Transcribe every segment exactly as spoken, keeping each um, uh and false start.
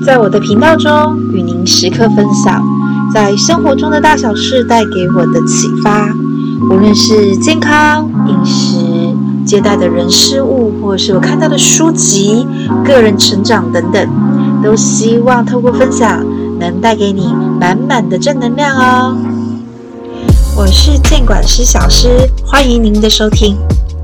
在我的频道中与您时刻分享在生活中的大小事带给我的启发，无论是健康、饮食、接待的人事物，或者是我看到的书籍、个人成长等等，都希望透过分享能带给你满满的正能量哦。我是健管师小诗，欢迎您的收听。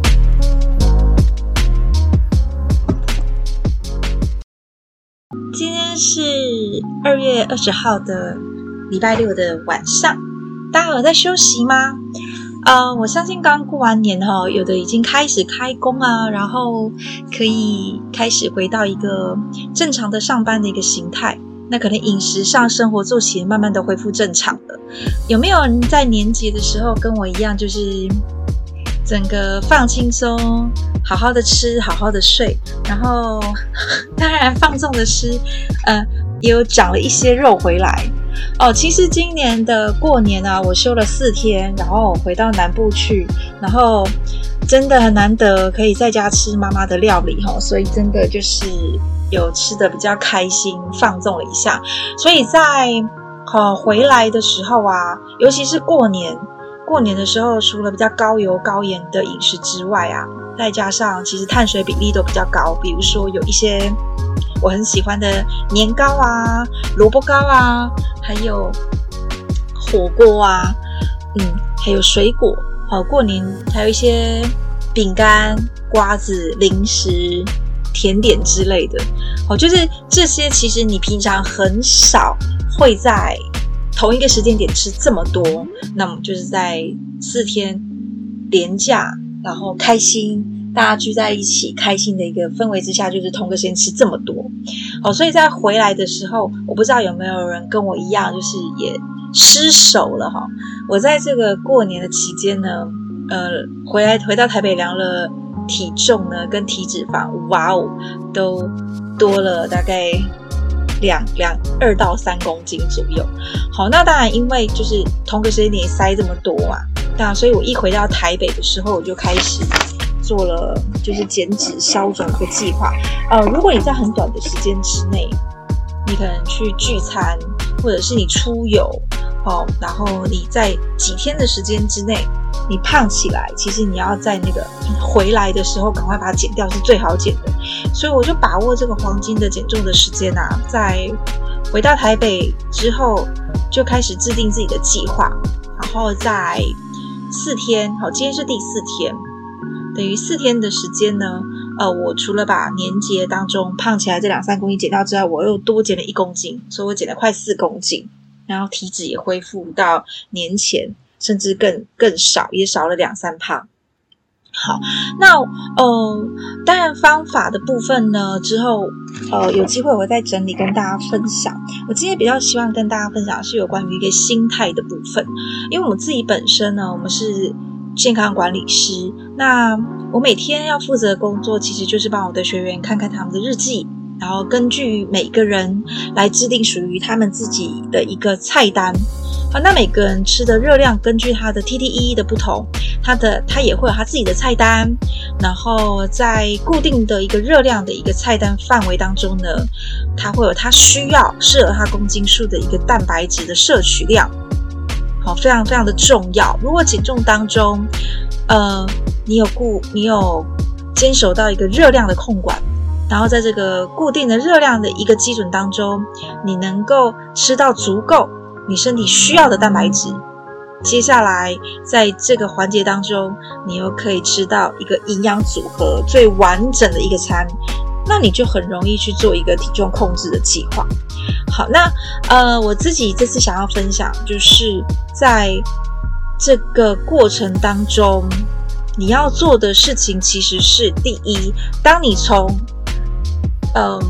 今天是二月二十号的礼拜六的晚上，大家有在休息吗？呃，我相信刚过完年哈，有的已经开始开工啊，然后可以开始回到一个正常的上班的一个形态。那可能饮食上、生活作息慢慢的恢复正常了。有没有人在年节的时候跟我一样，就是整个放轻松，好好的吃，好好的睡，然后当然放纵的吃，呃，也有长了一些肉回来。哦，其实今年的过年啊，我休了四天，然后回到南部去，然后真的很难得可以在家吃妈妈的料理齁，所以真的就是有吃的比较开心，放纵了一下。所以在呃回来的时候啊，尤其是过年，过年的时候除了比较高油高盐的饮食之外啊，再加上其实碳水比例都比较高，比如说有一些我很喜欢的年糕啊、萝卜糕啊，还有火锅啊，嗯，还有水果。好，过年还有一些饼干、瓜子、零食、甜点之类的。好，就是这些其实你平常很少会在同一个时间点吃这么多，那么就是在四天连假，然后开心，大家聚在一起开心的一个氛围之下，就是同个时间吃这么多。好，所以在回来的时候，我不知道有没有人跟我一样，就是也失手了哈。我在这个过年的期间呢，呃，回来回到台北量了体重呢，跟体脂肪，哇哦，都多了大概两两二到三公斤左右。好，那当然因为就是同个时间点塞这么多啊，那所以我一回到台北的时候，我就开始做了就是减脂消肿的计划。呃，如果你在很短的时间之内，你可能去聚餐，或者是你出游，哦，然后你在几天的时间之内，你胖起来，其实你要在那个回来的时候赶快把它减掉是最好减的。所以我就把握这个黄金的减重的时间啊，在回到台北之后就开始制定自己的计划，然后在四天，好，今天是第四天，等于四天的时间呢，呃，我除了把年节当中胖起来这两三公斤减掉之外，我又多减了一公斤，所以我减了快四公斤，然后体脂也恢复到年前，甚至更更少，也少了两三磅。好，那呃，当然方法的部分呢，之后呃有机会我会再整理跟大家分享。我今天比较希望跟大家分享的是有关于一个心态的部分，因为我们自己本身呢，我们是健康管理师，那我每天要负责的工作其实就是帮我的学员看看他们的日记，然后根据每个人来制定属于他们自己的一个菜单。好，那每个人吃的热量根据他的 T T E 的不同，他的他也会有他自己的菜单，然后在固定的一个热量的一个菜单范围当中呢，他会有他需要适合他公斤数的一个蛋白质的摄取量。好，非常非常的重要。如果减重当中，呃，你有固你有坚守到一个热量的控管，然后在这个固定的热量的一个基准当中，你能够吃到足够你身体需要的蛋白质，接下来在这个环节当中，你又可以吃到一个营养组合最完整的一个餐，那你就很容易去做一个体重控制的计划。好，那呃，我自己这次想要分享，就是在这个过程当中，你要做的事情其实是第一，当你从嗯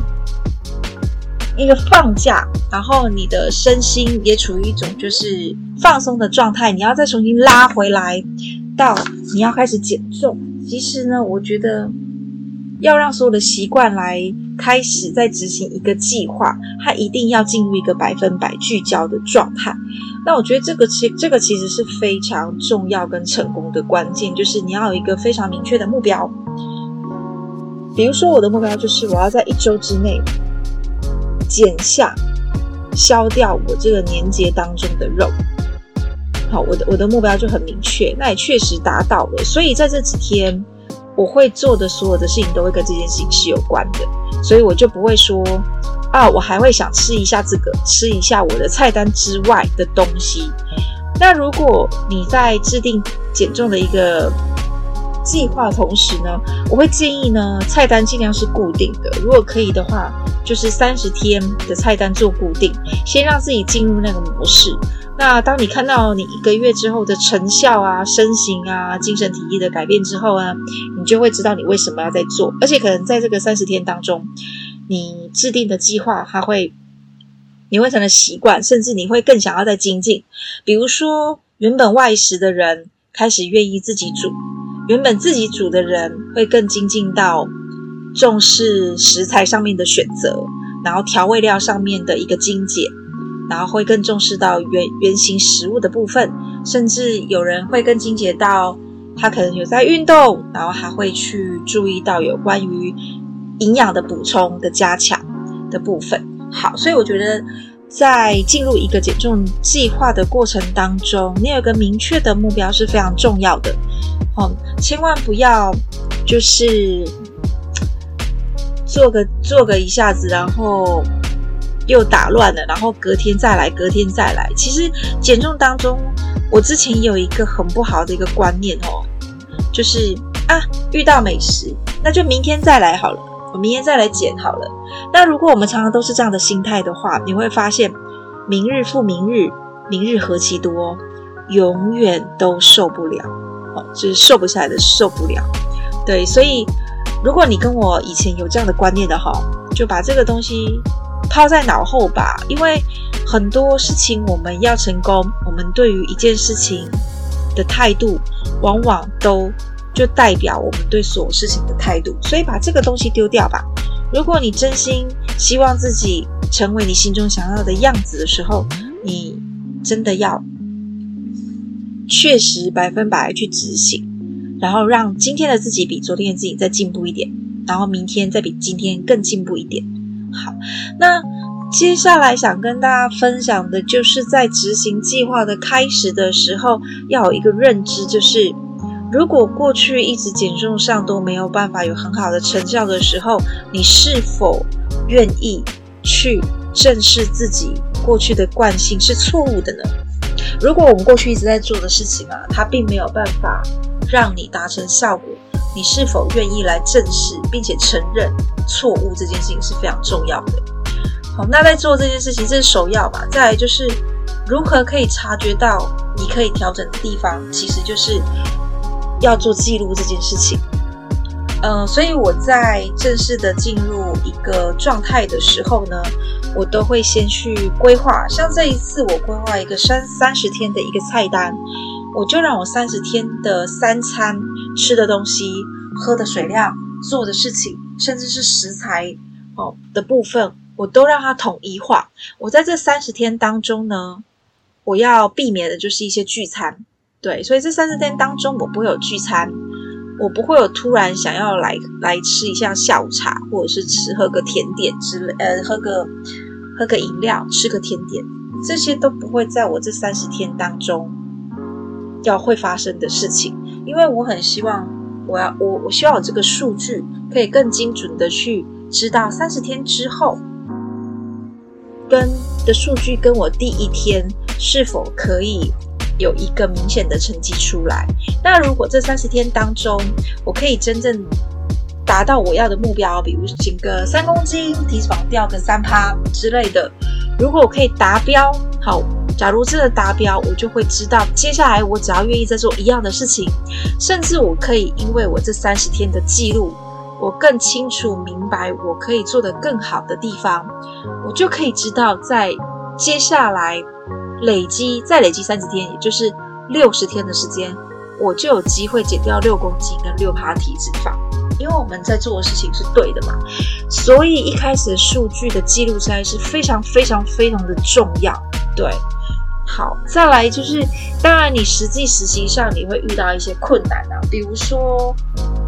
一个放假，然后你的身心也处于一种就是放松的状态，你要再重新拉回来到你要开始减重。其实呢，我觉得要让所有的习惯来开始在执行一个计划，它一定要进入一个百分百聚焦的状态。那我觉得这个其这个其实是非常重要跟成功的关键，就是你要有一个非常明确的目标。比如说我的目标就是我要在一周之内减下、消掉我这个年节当中的肉。好，我的我的目标就很明确，那也确实达到了。所以在这几天，我会做的所有的事情都会跟这件事情是有关的，所以我就不会说啊，我还会想吃一下这个，吃一下我的菜单之外的东西。那如果你在制定减重的一个计划同时呢，我会建议呢，菜单尽量是固定的，如果可以的话，就是三十天的菜单做固定，先让自己进入那个模式。那当你看到你一个月之后的成效啊、身形啊、精神体力的改变之后啊，你就会知道你为什么要在做，而且可能在这个三十天当中，你制定的计划它会你会成了习惯，甚至你会更想要再精进。比如说原本外食的人开始愿意自己煮，原本自己煮的人会更精进到重视食材上面的选择，然后调味料上面的一个精简，然后会更重视到原原型食物的部分，甚至有人会更精简到他可能有在运动，然后还会去注意到有关于营养的补充的加强的部分。好，所以我觉得在进入一个减重计划的过程当中，你有一个明确的目标是非常重要的。哦，千万不要就是做个做个一下子，然后又打乱了，然后隔天再来，隔天再来。其实减重当中，我之前有一个很不好的一个观念哦，就是啊，遇到美食，那就明天再来好了，我明天再来减好了。那如果我们常常都是这样的心态的话，你会发现，明日复明日，明日何其多，永远都受不了，哦，就是瘦不下来的受不了。对，所以如果你跟我以前有这样的观念的哈，就把这个东西抛在脑后吧，因为很多事情我们要成功，我们对于一件事情的态度往往都就代表我们对所有事情的态度，所以把这个东西丢掉吧。如果你真心希望自己成为你心中想要的样子的时候，你真的要确实百分百去执行，然后让今天的自己比昨天的自己再进步一点，然后明天再比今天更进步一点。好，那接下来想跟大家分享的就是在执行计划的开始的时候，要有一个认知，就是如果过去一直减重上都没有办法有很好的成效的时候，你是否愿意去正视自己过去的惯性是错误的呢？如果我们过去一直在做的事情啊，它并没有办法让你达成效果，你是否愿意来正视并且承认错误这件事情是非常重要的。好，那在做这件事情，这是首要嘛。再来就是如何可以察觉到你可以调整的地方，其实就是要做记录这件事情。呃，所以我在正式的进入一个状态的时候呢，我都会先去规划。像这一次我规划一个三三十天的一个菜单，我就让我三十天的三餐吃的东西、喝的水量、做的事情，甚至是食材哦的部分，我都让它统一化。我在这三十天当中呢，我要避免的就是一些聚餐。对，所以这三十天当中我不会有聚餐，我不会有突然想要来来吃一下下午茶，或者是吃喝个甜点之类，呃，喝个喝个饮料，吃个甜点，这些都不会在我这三十天当中要会发生的事情，因为我很希望我要我我希望有这个数据可以更精准的去知道三十天之后跟的数据跟我第一天是否可以有一个明显的成绩出来。那如果这三十天当中我可以真正达到我要的目标，比如减个三公斤，体脂肪掉个 百分之三 之类的，如果我可以达标，好，假如真的达标，我就会知道接下来我只要愿意再做一样的事情，甚至我可以因为我这三十天的记录，我更清楚明白我可以做得更好的地方，我就可以知道在接下来累积再累积三十天，也就是六十天的时间，我就有机会减掉六公斤跟 百分之六 体脂肪，因为我们在做的事情是对的嘛。所以一开始的数据的记录实在是非常非常非常的重要。对，好，再来就是当然你实际实习上你会遇到一些困难啊，比如说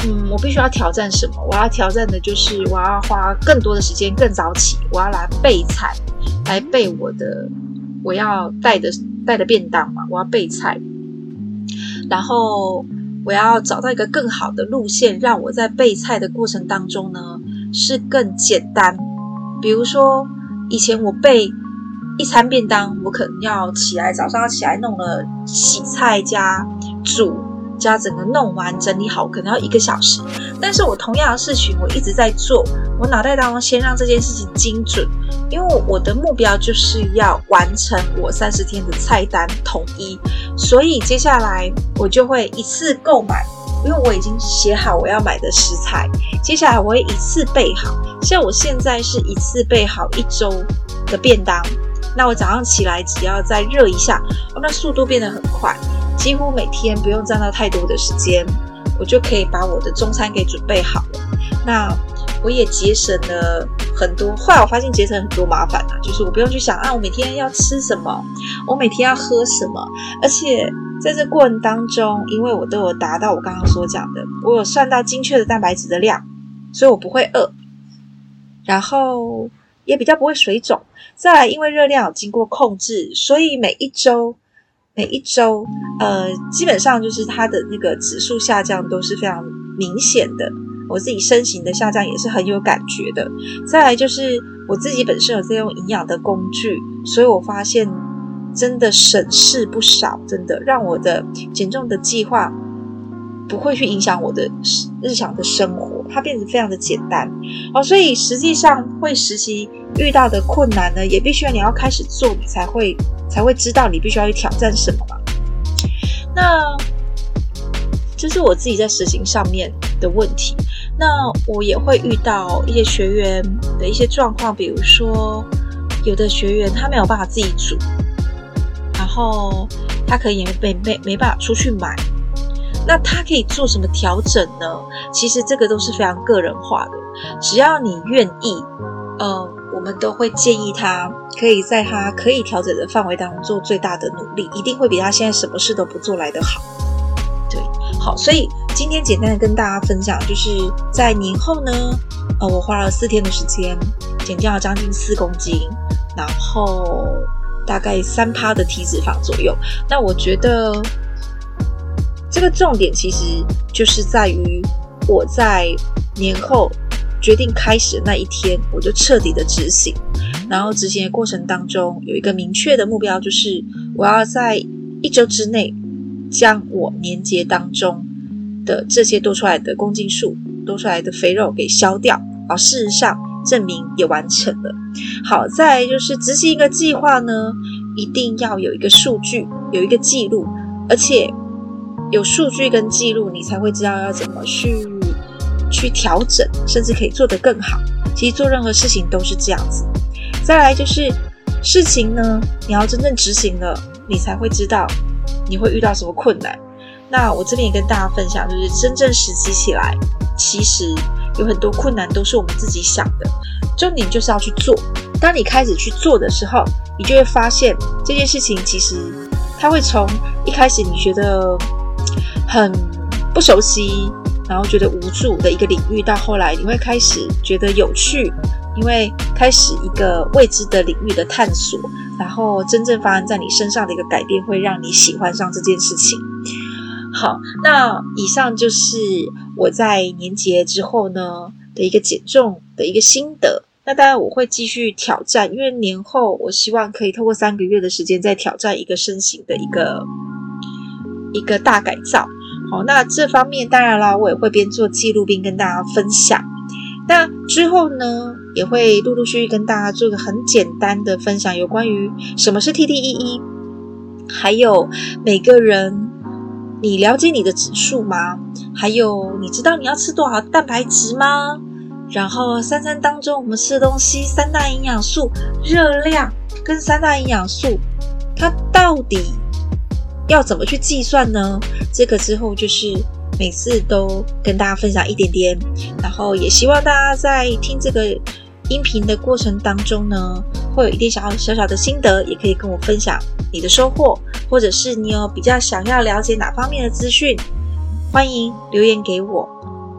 嗯，我必须要挑战什么？我要挑战的就是我要花更多的时间，更早起，我要来备菜，来备我的我要带的带的便当嘛，我要备菜，然后我要找到一个更好的路线，让我在备菜的过程当中呢是更简单。比如说以前我备一餐便当，我可能要起来早上要起来弄了洗菜加煮加整个弄完整理好，可能要一个小时。但是我同样的事情我一直在做，我脑袋当中先让这件事情精准，因为我的目标就是要完成我三十天的菜单统一，所以接下来我就会一次购买，因为我已经写好我要买的食材，接下来我会一次备好。像我现在是一次备好一周的便当，那我早上起来只要再热一下，哦，那速度变得很快，几乎每天不用占到太多的时间，我就可以把我的中餐给准备好了。那我也节省了很多，后来我发现节省很多麻烦啊，就是我不用去想啊，我每天要吃什么，我每天要喝什么，而且在这过程当中，因为我都有达到我刚刚所讲的，我有算到精确的蛋白质的量，所以我不会饿，然后也比较不会水肿。再来，因为热量有经过控制，所以每一周每一周呃，基本上就是它的那个指数下降都是非常明显的，我自己身形的下降也是很有感觉的。再来就是我自己本身有在用营养的工具，所以我发现真的省事不少，真的让我的减重的计划不会去影响我的日常的生活，它变得非常的简单哦。所以实际上会实习遇到的困难呢，也必须要你要开始做，你才会才会知道你必须要去挑战什么嘛。那这是我自己在实行上面的问题。那我也会遇到一些学员的一些状况，比如说有的学员他没有办法自己煮，然后他可能也没没没办法出去买，那他可以做什么调整呢？其实这个都是非常个人化的，只要你愿意，呃，我们都会建议他可以在他可以调整的范围当中做最大的努力，一定会比他现在什么事都不做来得好。对，好，所以今天简单的跟大家分享，就是在年后呢，呃，我花了四天的时间，减掉了将近四公斤，然后大概 百分之三 的体脂肪左右。那我觉得这个重点其实就是在于我在年后决定开始的那一天，我就彻底的执行，然后执行的过程当中有一个明确的目标，就是我要在一周之内将我年节当中的这些多出来的公斤数、多出来的肥肉给消掉，而事实上证明也完成了。好，再来就是执行一个计划呢，一定要有一个数据，有一个记录，而且有数据跟记录，你才会知道要怎么去去调整，甚至可以做得更好。其实做任何事情都是这样子。再来就是事情呢，你要真正执行了，你才会知道你会遇到什么困难。那我这边也跟大家分享，就是真正实际起来，其实有很多困难都是我们自己想的，重点就是要去做。当你开始去做的时候，你就会发现这件事情其实它会从一开始你觉得很不熟悉，然后觉得无助的一个领域，到后来你会开始觉得有趣，因为开始一个未知的领域的探索，然后真正发生在你身上的一个改变，会让你喜欢上这件事情。好，那以上就是我在年节之后呢的一个减重的一个心得。那当然我会继续挑战，因为年后我希望可以透过三个月的时间再挑战一个身形的一个一个大改造。好，那这方面当然啦，我也会边做记录边跟大家分享。那之后呢，也会陆陆续续跟大家做个很简单的分享，有关于什么是 T D E E， 还有每个人你了解你的指数吗？还有你知道你要吃多少蛋白质吗？然后三餐当中我们吃的东西，三大营养素、热量跟三大营养素，它到底要怎么去计算呢？这个之后就是每次都跟大家分享一点点，然后也希望大家在听这个音频的过程当中呢，会有一点小小小的心得，也可以跟我分享你的收获，或者是你有比较想要了解哪方面的资讯，欢迎留言给我。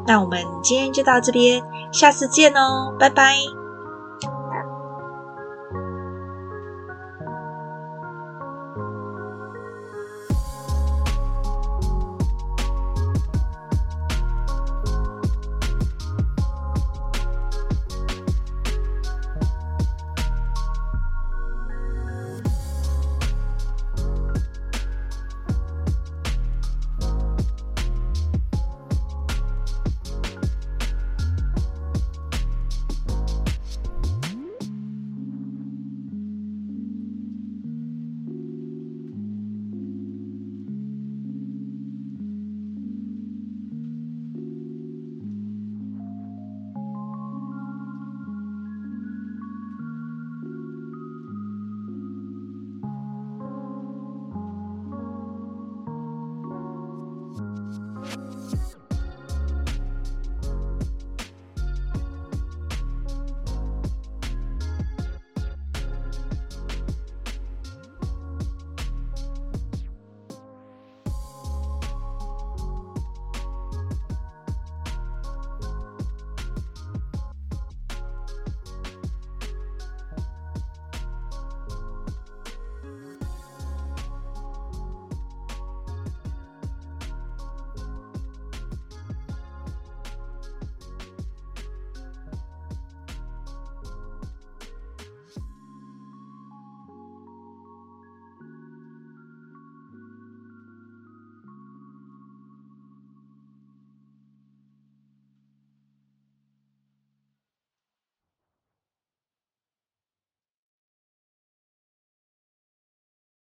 那我们今天就到这边，下次见哦，拜拜。